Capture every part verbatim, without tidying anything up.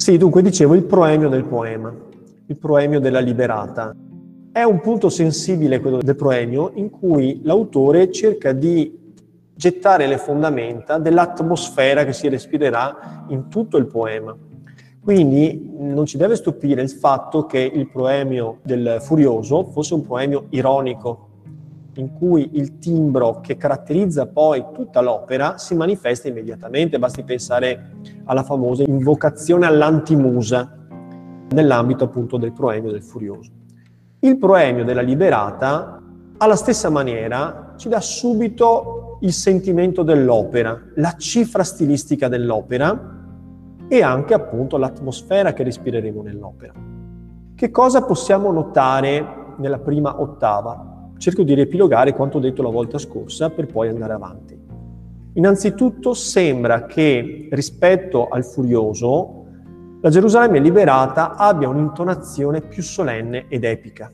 Sì, dunque dicevo il proemio del poema, il proemio della Liberata. È un punto sensibile quello del proemio in cui l'autore cerca di gettare le fondamenta dell'atmosfera che si respirerà in tutto il poema. Quindi non ci deve stupire il fatto che il proemio del Furioso fosse un proemio ironico, in cui il timbro che caratterizza poi tutta l'opera si manifesta immediatamente. Basti pensare alla famosa invocazione all'antimusa nell'ambito appunto del proemio del Furioso. Il proemio della Liberata, alla stessa maniera, ci dà subito il sentimento dell'opera, la cifra stilistica dell'opera e anche appunto l'atmosfera che respireremo nell'opera. Che cosa possiamo notare nella prima ottava? Cerco di riepilogare quanto detto la volta scorsa per poi andare avanti. Innanzitutto sembra che rispetto al Furioso la Gerusalemme liberata abbia un'intonazione più solenne ed epica.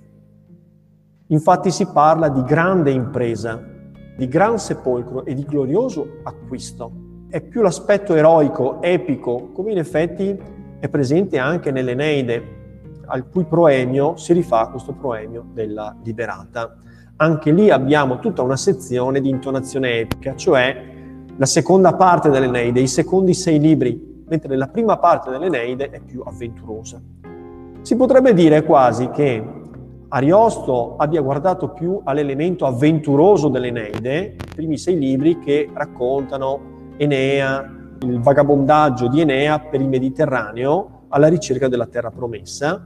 Infatti si parla di grande impresa, di gran sepolcro e di glorioso acquisto. È più l'aspetto eroico, epico, come in effetti è presente anche nell'Eneide, al cui proemio si rifà questo proemio della Liberata. Anche lì abbiamo tutta una sezione di intonazione epica, cioè la seconda parte dell'Eneide, i secondi sei libri, mentre la prima parte dell'Eneide è più avventurosa. Si potrebbe dire quasi che Ariosto abbia guardato più all'elemento avventuroso dell'Eneide, i primi sei libri che raccontano Enea, il vagabondaggio di Enea per il Mediterraneo alla ricerca della terra promessa,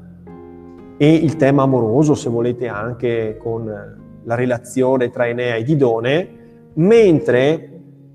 e il tema amoroso, se volete, anche con la relazione tra Enea e Didone, mentre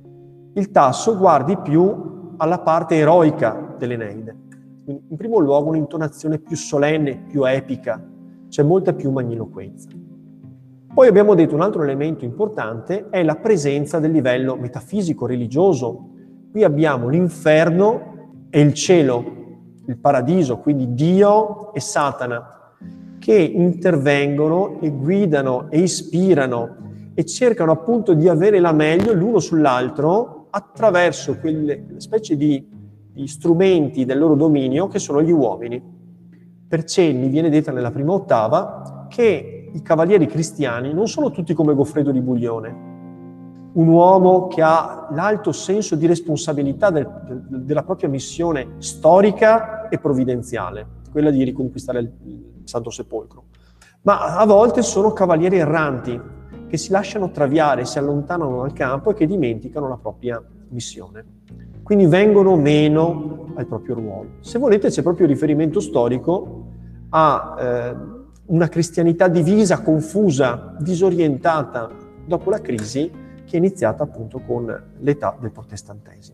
il Tasso guardi più alla parte eroica dell'Eneide. Quindi, in primo luogo, un'intonazione più solenne, più epica, c'è molta più magniloquenza. Poi abbiamo detto un altro elemento importante è la presenza del livello metafisico, religioso. Qui abbiamo l'inferno e il cielo, il paradiso, quindi Dio e Satana, che intervengono e guidano e ispirano e cercano appunto di avere la meglio l'uno sull'altro attraverso quelle specie di, di strumenti del loro dominio che sono gli uomini. Per cenni viene detta nella prima ottava che i cavalieri cristiani non sono tutti come Goffredo di Buglione, un uomo che ha l'alto senso di responsabilità del, del, della propria missione storica e provvidenziale, quella di riconquistare il, il Santo Sepolcro. Ma a volte sono cavalieri erranti che si lasciano traviare, si allontanano dal campo e che dimenticano la propria missione. Quindi vengono meno al proprio ruolo. Se volete c'è proprio riferimento storico a eh, una cristianità divisa, confusa, disorientata dopo la crisi che è iniziata appunto con l'età del protestantesimo.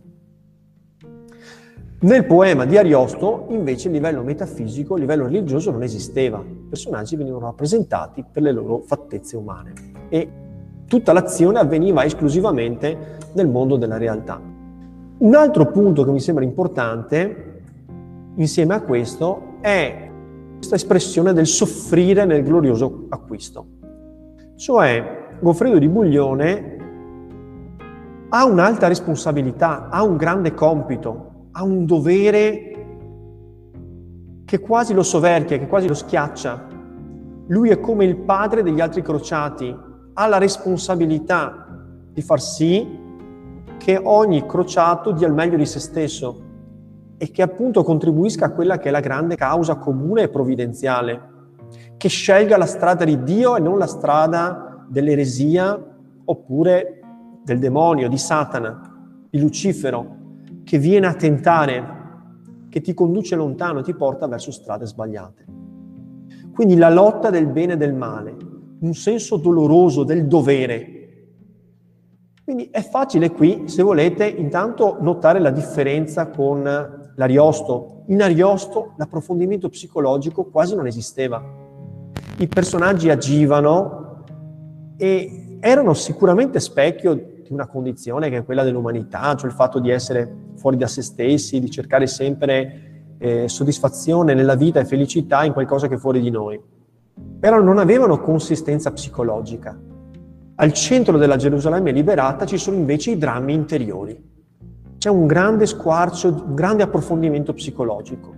Nel poema di Ariosto, invece, il livello metafisico, il livello religioso non esisteva. I personaggi venivano rappresentati per le loro fattezze umane e tutta l'azione avveniva esclusivamente nel mondo della realtà. Un altro punto che mi sembra importante, insieme a questo, è questa espressione del soffrire nel glorioso acquisto. Cioè, Goffredo di Buglione ha un'alta responsabilità, ha un grande compito, ha un dovere che quasi lo soverchia, che quasi lo schiaccia. Lui è come il padre degli altri crociati, ha la responsabilità di far sì che ogni crociato dia il meglio di se stesso e che appunto contribuisca a quella che è la grande causa comune e provvidenziale, che scelga la strada di Dio e non la strada dell'eresia oppure del demonio, di Satana, di Lucifero, che viene a tentare, che ti conduce lontano e ti porta verso strade sbagliate. Quindi la lotta del bene e del male, un senso doloroso del dovere. Quindi è facile qui, se volete, intanto notare la differenza con l'Ariosto. In Ariosto l'approfondimento psicologico quasi non esisteva. I personaggi agivano e erano sicuramente specchio di una condizione che è quella dell'umanità, cioè il fatto di essere fuori da se stessi, di cercare sempre eh, soddisfazione nella vita e felicità in qualcosa che è fuori di noi. Però non avevano consistenza psicologica. Al centro della Gerusalemme liberata ci sono invece i drammi interiori. C'è un grande squarcio, un grande approfondimento psicologico.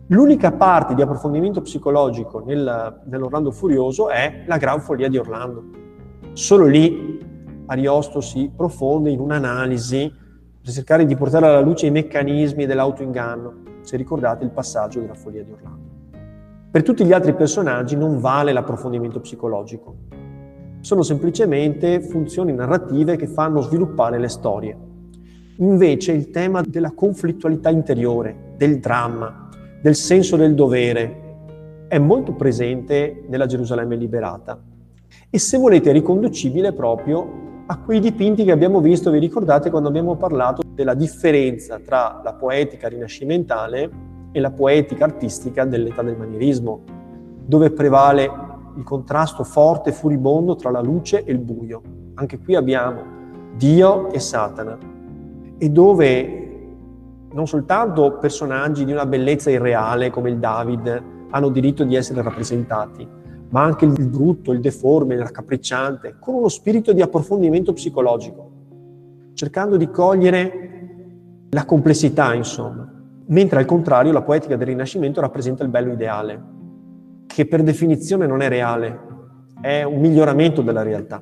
L'unica parte di approfondimento psicologico nel, nell'Orlando Furioso è la Gran Follia di Orlando. Solo lì Ariosto si profonde in un'analisi per cercare di portare alla luce i meccanismi dell'autoinganno, se ricordate il passaggio della Follia di Orlando. Per tutti gli altri personaggi non vale l'approfondimento psicologico. Sono semplicemente funzioni narrative che fanno sviluppare le storie. Invece il tema della conflittualità interiore, del dramma, del senso del dovere, è molto presente nella Gerusalemme liberata. E se volete è riconducibile proprio a quei dipinti che abbiamo visto, vi ricordate quando abbiamo parlato della differenza tra la poetica rinascimentale e la poetica artistica dell'età del manierismo, dove prevale il contrasto forte e furibondo tra la luce e il buio. Anche qui abbiamo Dio e Satana, e dove non soltanto personaggi di una bellezza irreale come il David hanno diritto di essere rappresentati, ma anche il brutto, il deforme, il raccapricciante, con uno spirito di approfondimento psicologico, cercando di cogliere la complessità, insomma. Mentre al contrario la poetica del Rinascimento rappresenta il bello ideale, che per definizione non è reale, è un miglioramento della realtà.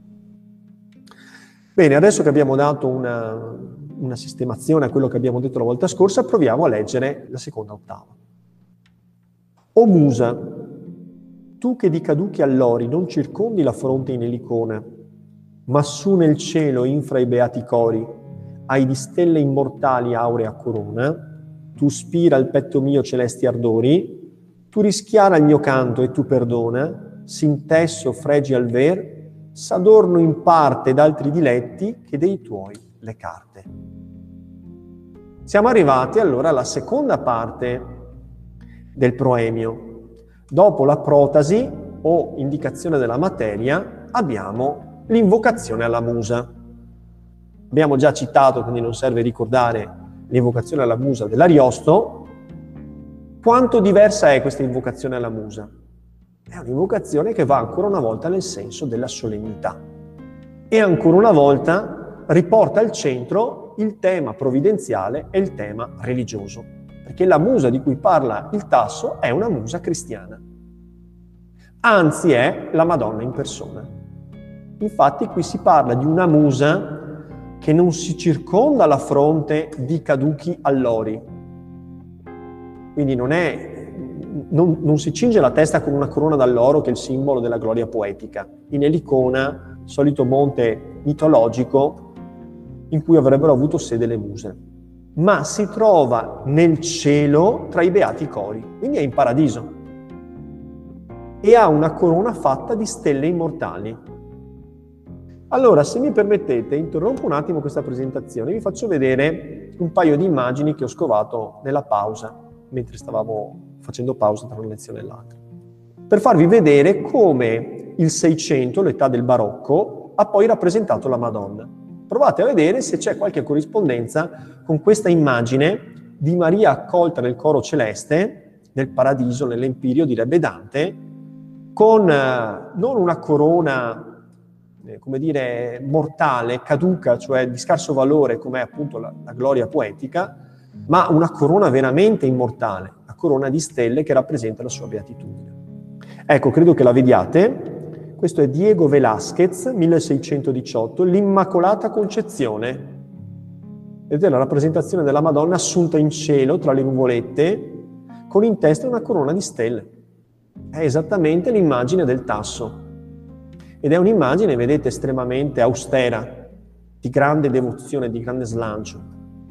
Bene, adesso che abbiamo dato una, una sistemazione a quello che abbiamo detto la volta scorsa, proviamo a leggere la seconda ottava. O Musa, tu che di caduchi allori non circondi la fronte in elicona, ma su nel cielo infra i beati cori, hai di stelle immortali aurea corona, tu spira al petto mio celesti ardori, tu rischiara il mio canto e tu perdona, s'intesso fregi al ver, s'adorno in parte d'altri diletti che dei tuoi le carte. Siamo arrivati allora alla seconda parte del proemio. Dopo la protasi o indicazione della materia abbiamo l'invocazione alla musa. Abbiamo già citato, quindi non serve ricordare l'invocazione alla musa dell'Ariosto. Quanto diversa è questa invocazione alla musa? È un'invocazione che va ancora una volta nel senso della solennità e ancora una volta riporta al centro il tema provvidenziale e il tema religioso, perché la musa di cui parla il Tasso è una musa cristiana, anzi è la Madonna in persona. Infatti qui si parla di una musa che non si circonda la fronte di caduchi allori, quindi non, è, non, non si cinge la testa con una corona d'alloro che è il simbolo della gloria poetica, in Elicona, solito monte mitologico in cui avrebbero avuto sede le muse, ma si trova nel cielo tra i beati cori, quindi è in paradiso, e ha una corona fatta di stelle immortali. Allora, se mi permettete, interrompo un attimo questa presentazione e vi faccio vedere un paio di immagini che ho scovato nella pausa, mentre stavamo facendo pausa tra una lezione e l'altra, per farvi vedere come il Seicento, l'età del barocco, ha poi rappresentato la Madonna. Provate a vedere se c'è qualche corrispondenza con questa immagine di Maria accolta nel coro celeste, nel paradiso, nell'Empirio, direbbe Dante, con eh, non una corona, eh, come dire, mortale, caduca, cioè di scarso valore, come è appunto la, la gloria poetica, ma una corona veramente immortale, la corona di stelle che rappresenta la sua beatitudine. Ecco, credo che la vediate. Questo è Diego Velázquez, milleseicentodiciotto, l'Immacolata Concezione. Vedete la rappresentazione della Madonna assunta in cielo tra le nuvolette, con in testa una corona di stelle. È esattamente l'immagine del Tasso. Ed è un'immagine, vedete, estremamente austera, di grande devozione, di grande slancio.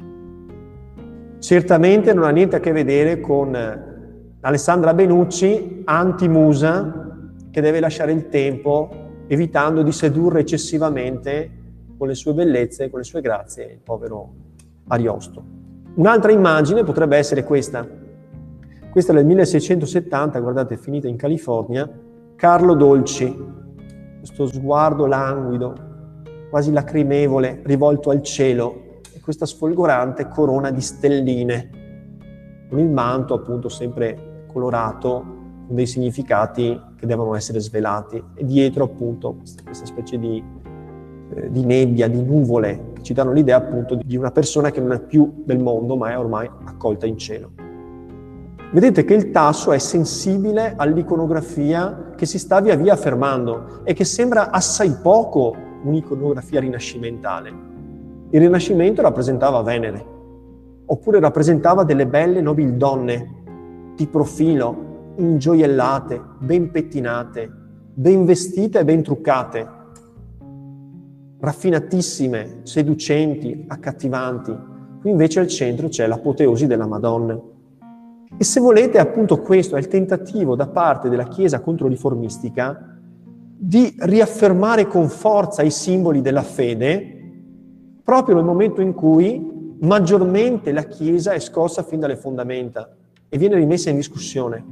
Certamente non ha niente a che vedere con Alessandra Benucci, anti-musa, che deve lasciare il tempo evitando di sedurre eccessivamente con le sue bellezze, con le sue grazie, il povero Ariosto. Un'altra immagine potrebbe essere questa. Questa è del milleseicentosettanta, guardate, è finita in California, Carlo Dolci, questo sguardo languido, quasi lacrimevole, rivolto al cielo, e questa sfolgorante corona di stelline, con il manto appunto sempre colorato, con dei significati che devono essere svelati, e dietro appunto questa specie di, eh, di nebbia, di nuvole, che ci danno l'idea appunto di una persona che non è più del mondo, ma è ormai accolta in cielo. vedete che il Tasso è sensibile all'iconografia che si sta via via affermando e che sembra assai poco un'iconografia rinascimentale. Il Rinascimento rappresentava Venere, oppure rappresentava delle belle nobili donne di profilo, ingioiellate, ben pettinate, ben vestite e ben truccate, raffinatissime, seducenti, accattivanti. Qui invece al centro c'è l'apoteosi della Madonna. E se volete, appunto, questo è il tentativo da parte della Chiesa controriformistica di riaffermare con forza i simboli della fede proprio nel momento in cui maggiormente la Chiesa è scossa fin dalle fondamenta e viene rimessa in discussione.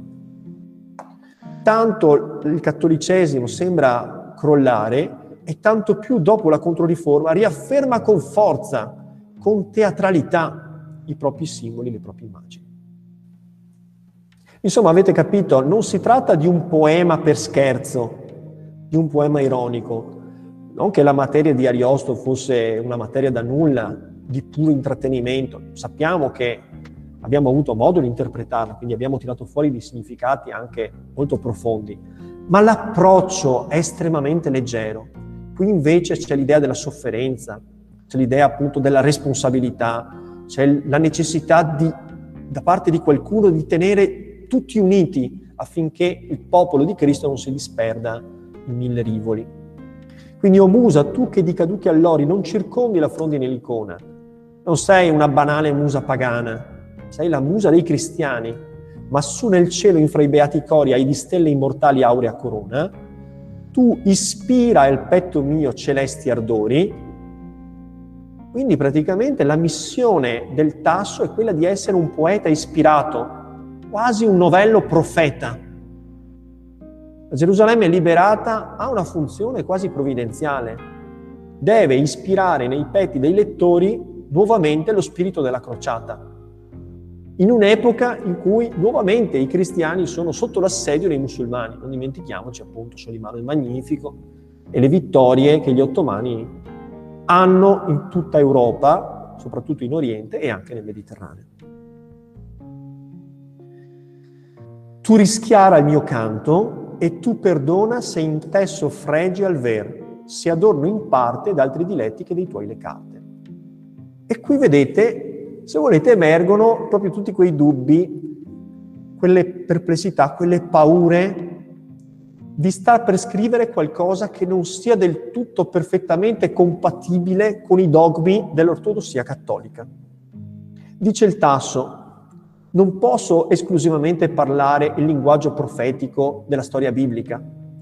Tanto il cattolicesimo sembra crollare e tanto più dopo la Controriforma riafferma con forza, con teatralità, i propri simboli, le proprie immagini. Insomma, avete capito, non si tratta di un poema per scherzo, di un poema ironico. Non che la materia di Ariosto fosse una materia da nulla, di puro intrattenimento. Sappiamo che abbiamo avuto modo di interpretarla, quindi abbiamo tirato fuori dei significati anche molto profondi. Ma l'approccio è estremamente leggero. Qui invece c'è l'idea della sofferenza, c'è l'idea appunto della responsabilità, c'è la necessità di, da parte di qualcuno di tenere tutti uniti affinché il popolo di Cristo non si disperda in mille rivoli. Quindi, o musa, tu che di caduchi allori non circondi la fronde nell'icona, non sei una banale musa pagana, sei la musa dei cristiani, ma su nel cielo infra i beati cori hai di stelle immortali aurea corona, tu ispira il petto mio celesti ardori. Quindi praticamente la missione del Tasso è quella di essere un poeta ispirato, quasi un novello profeta. La Gerusalemme liberata ha una funzione quasi provvidenziale. Deve ispirare nei petti dei lettori nuovamente lo spirito della crociata, in un'epoca in cui nuovamente i cristiani sono sotto l'assedio dei musulmani. Non dimentichiamoci appunto Solimano il Magnifico e le vittorie che gli ottomani hanno in tutta Europa, soprattutto in Oriente e anche nel Mediterraneo. Tu rischiara il mio canto e tu perdona se in te soffregi al ver, se adorno in parte d'altri diletti che dei tuoi le carte. E qui vedete, se volete, emergono proprio tutti quei dubbi, quelle perplessità, quelle paure di star per scrivere qualcosa che non sia del tutto perfettamente compatibile con i dogmi dell'ortodossia cattolica. Dice il Tasso: non posso esclusivamente parlare il linguaggio profetico della storia biblica.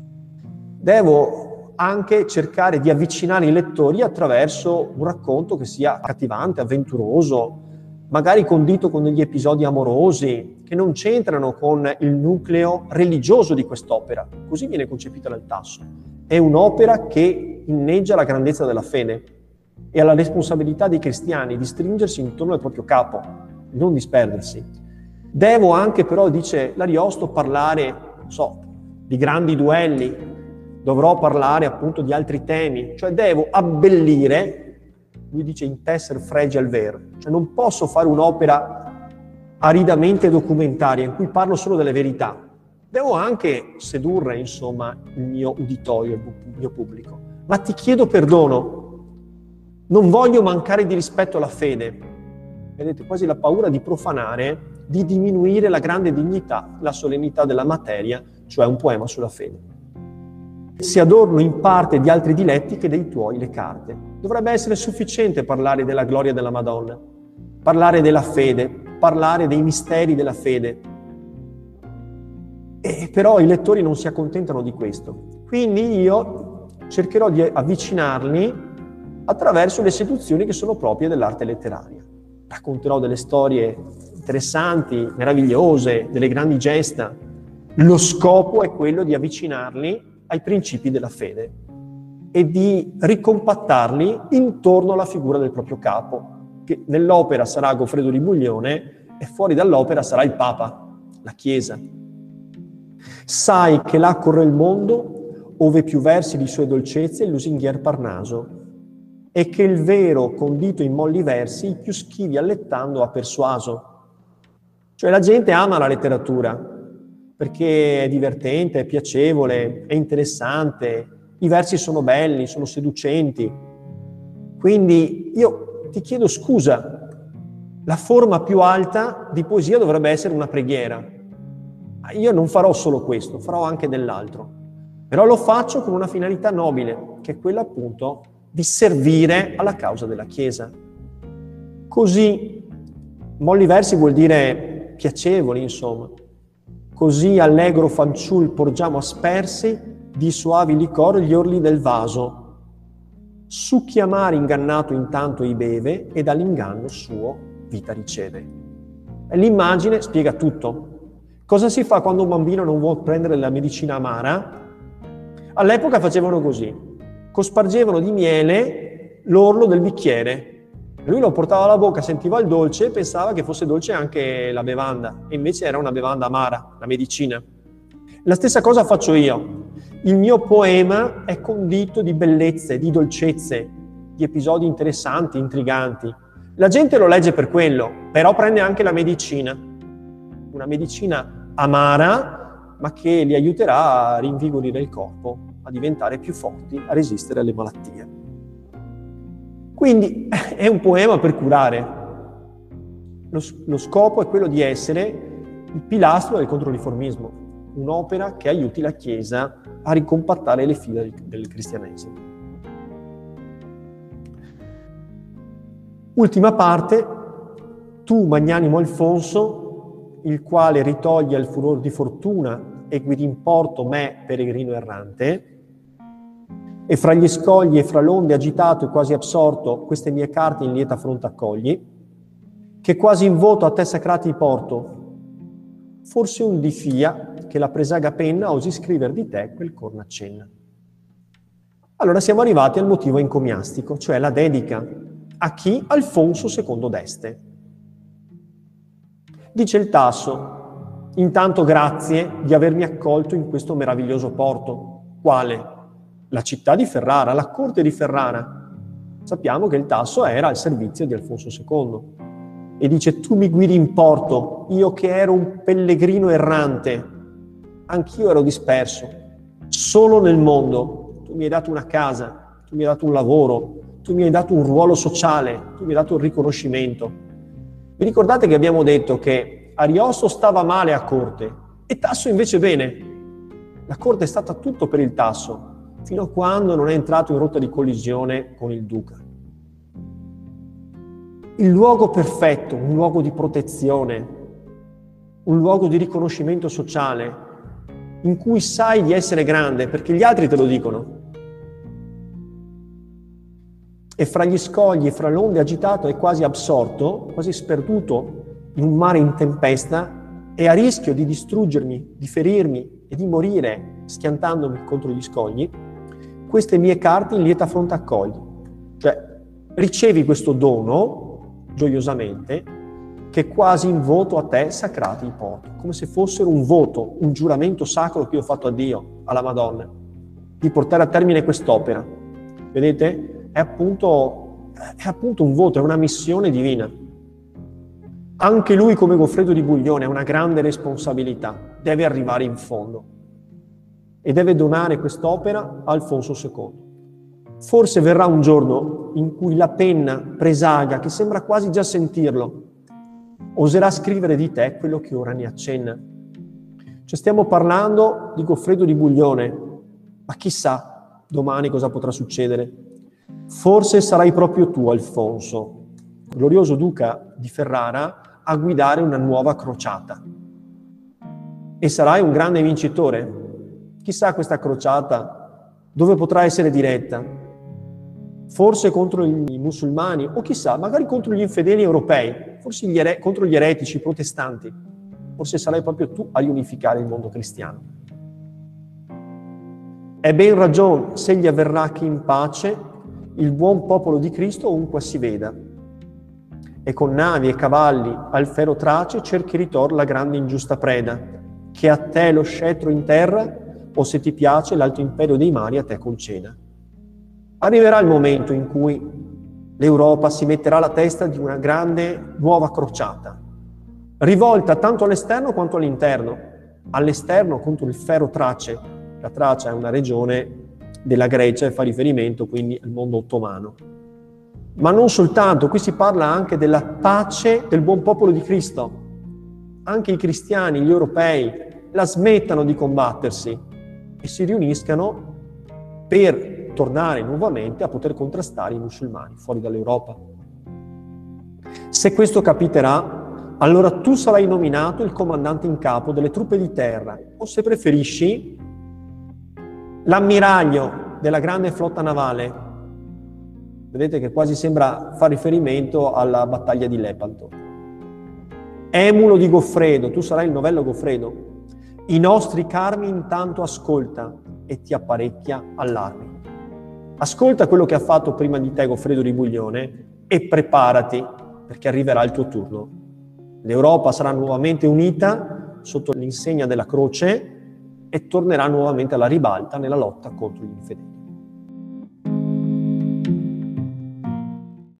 Devo anche cercare di avvicinare i lettori attraverso un racconto che sia accattivante, avventuroso, magari condito con degli episodi amorosi, che non c'entrano con il nucleo religioso di quest'opera. Così viene concepita dal Tasso. È un'opera che inneggia la grandezza della fede e alla responsabilità dei cristiani di stringersi intorno al proprio capo, non disperdersi. Devo anche però, dice l'Ariosto, parlare, non so, di grandi duelli, dovrò parlare appunto di altri temi, cioè devo abbellire, lui dice intesser fregi al ver, cioè non posso fare un'opera aridamente documentaria in cui parlo solo delle verità, devo anche sedurre insomma il mio uditorio, il mio pubblico, ma ti chiedo perdono, non voglio mancare di rispetto alla fede, vedete, quasi la paura di profanare, di diminuire la grande dignità, la solennità della materia, cioè un poema sulla fede. Si adorno in parte di altri diletti che dei tuoi le carte. Dovrebbe essere sufficiente parlare della gloria della Madonna, parlare della fede, parlare dei misteri della fede. E però i lettori non si accontentano di questo. Quindi io cercherò di avvicinarli attraverso le seduzioni che sono proprie dell'arte letteraria. Racconterò delle storie interessanti, meravigliose, delle grandi gesta. Lo scopo è quello di avvicinarli ai principi della fede e di ricompattarli intorno alla figura del proprio capo, che nell'opera sarà Goffredo di Buglione e fuori dall'opera sarà il Papa, la Chiesa. Sai che là corre il mondo, ove più versi di sue dolcezze il lusinghier Parnaso, e che il vero condito in molli versi i più schivi allettando ha persuaso. Cioè la gente ama la letteratura perché è divertente, è piacevole, è interessante, i versi sono belli, sono seducenti. Quindi io ti chiedo scusa, la forma più alta di poesia dovrebbe essere una preghiera. Io non farò solo questo, farò anche dell'altro. Però lo faccio con una finalità nobile, che è quella appunto di servire alla causa della Chiesa. Così, molli versi vuol dire piacevoli, insomma. Così allegro fanciul porgiamo aspersi, di soavi licor gli orli del vaso. Su chi amare ingannato intanto i beve, e dall'inganno suo vita riceve. E l'immagine spiega tutto. Cosa si fa quando un bambino non vuole prendere la medicina amara? All'epoca facevano così, cospargevano di miele l'orlo del bicchiere. Lui lo portava alla bocca, sentiva il dolce e pensava che fosse dolce anche la bevanda, e invece era una bevanda amara, la medicina. La stessa cosa faccio io. Il mio poema è condito di bellezze, di dolcezze, di episodi interessanti, intriganti. La gente lo legge per quello, però prende anche la medicina. Una medicina amara, ma che li aiuterà a rinvigorire il corpo, a diventare più forti, a resistere alle malattie. Quindi è un poema per curare. Lo, lo scopo è quello di essere il pilastro del controriformismo, un'opera che aiuti la Chiesa a ricompattare le fila del, del cristianesimo. Ultima parte, tu magnanimo Alfonso, il quale ritoglie il furor di fortuna e guidi in porto me, peregrino errante, e fra gli scogli e fra l'onde agitato e quasi absorto queste mie carte in lieta fronte accogli, che quasi in voto a te sacrati porto, forse un di fia che la presaga penna osi scriver di te quel corno accenna. Allora siamo arrivati al motivo encomiastico, cioè la dedica. A chi? Alfonso secondo d'Este. Dice il Tasso, intanto grazie di avermi accolto in questo meraviglioso porto. Quale? La città di Ferrara, la corte di Ferrara. Sappiamo che il Tasso era al servizio di Alfonso secondo. E dice, tu mi guidi in porto, io che ero un pellegrino errante, anch'io ero disperso, solo nel mondo. Tu mi hai dato una casa, tu mi hai dato un lavoro, tu mi hai dato un ruolo sociale, tu mi hai dato un riconoscimento. Vi ricordate che abbiamo detto che Ariosto stava male a corte e Tasso invece bene? La corte è stata tutto per il Tasso, fino a quando non è entrato in rotta di collisione con il duca. Il luogo perfetto, un luogo di protezione, un luogo di riconoscimento sociale, in cui sai di essere grande perché gli altri te lo dicono. E fra gli scogli e fra l'onde agitato e quasi absorto, quasi sperduto in un mare in tempesta, e a rischio di distruggermi, di ferirmi e di morire schiantandomi contro gli scogli, queste mie carte in lieta fronte accogli. Cioè, ricevi questo dono gioiosamente, che quasi in voto a te sacrati i porto, come se fossero un voto, un giuramento sacro che io ho fatto a Dio, alla Madonna, di portare a termine quest'opera. Vedete? È appunto, è appunto un voto, è una missione divina. Anche lui, come Goffredo di Buglione, ha una grande responsabilità, deve arrivare in fondo e deve donare quest'opera a Alfonso secondo. Forse verrà un giorno in cui la penna presaga, che sembra quasi già sentirlo, oserà scrivere di te quello che ora ne accenna. Cioè stiamo parlando di Goffredo di Buglione, ma chissà domani cosa potrà succedere. Forse sarai proprio tu, Alfonso, glorioso duca di Ferrara, a guidare una nuova crociata. E sarai un grande vincitore. Chissà questa crociata dove potrà essere diretta. Forse contro i musulmani, o chissà, magari contro gli infedeli europei, forse gli ere- contro gli eretici, i protestanti. Forse sarai proprio tu a riunificare il mondo cristiano. È ben ragion se gli avverrà che in pace il buon popolo di Cristo ovunque si veda, e con navi e cavalli al fero trace cerchi ritor la grande ingiusta preda, che a te lo scettro in terra, o se ti piace l'alto imperio dei mari a te conceda. Arriverà il momento in cui l'Europa si metterà alla testa di una grande nuova crociata, rivolta tanto all'esterno quanto all'interno. All'esterno contro il ferro Trace. La Tracia è una regione della Grecia e fa riferimento quindi al mondo ottomano. Ma non soltanto, qui si parla anche della pace del buon popolo di Cristo. Anche i cristiani, gli europei, la smettano di combattersi e si riuniscano per tornare nuovamente a poter contrastare i musulmani fuori dall'Europa. Se questo capiterà, allora tu sarai nominato il comandante in capo delle truppe di terra, o se preferisci, l'ammiraglio della grande flotta navale. Vedete che quasi sembra far riferimento alla battaglia di Lepanto. Emulo di Goffredo, tu sarai il novello Goffredo. I nostri carmi intanto ascolta e ti apparecchia all'armi. Ascolta quello che ha fatto prima di te Goffredo di Buglione e preparati, perché arriverà il tuo turno. L'Europa sarà nuovamente unita sotto l'insegna della croce e tornerà nuovamente alla ribalta nella lotta contro gli infedeli.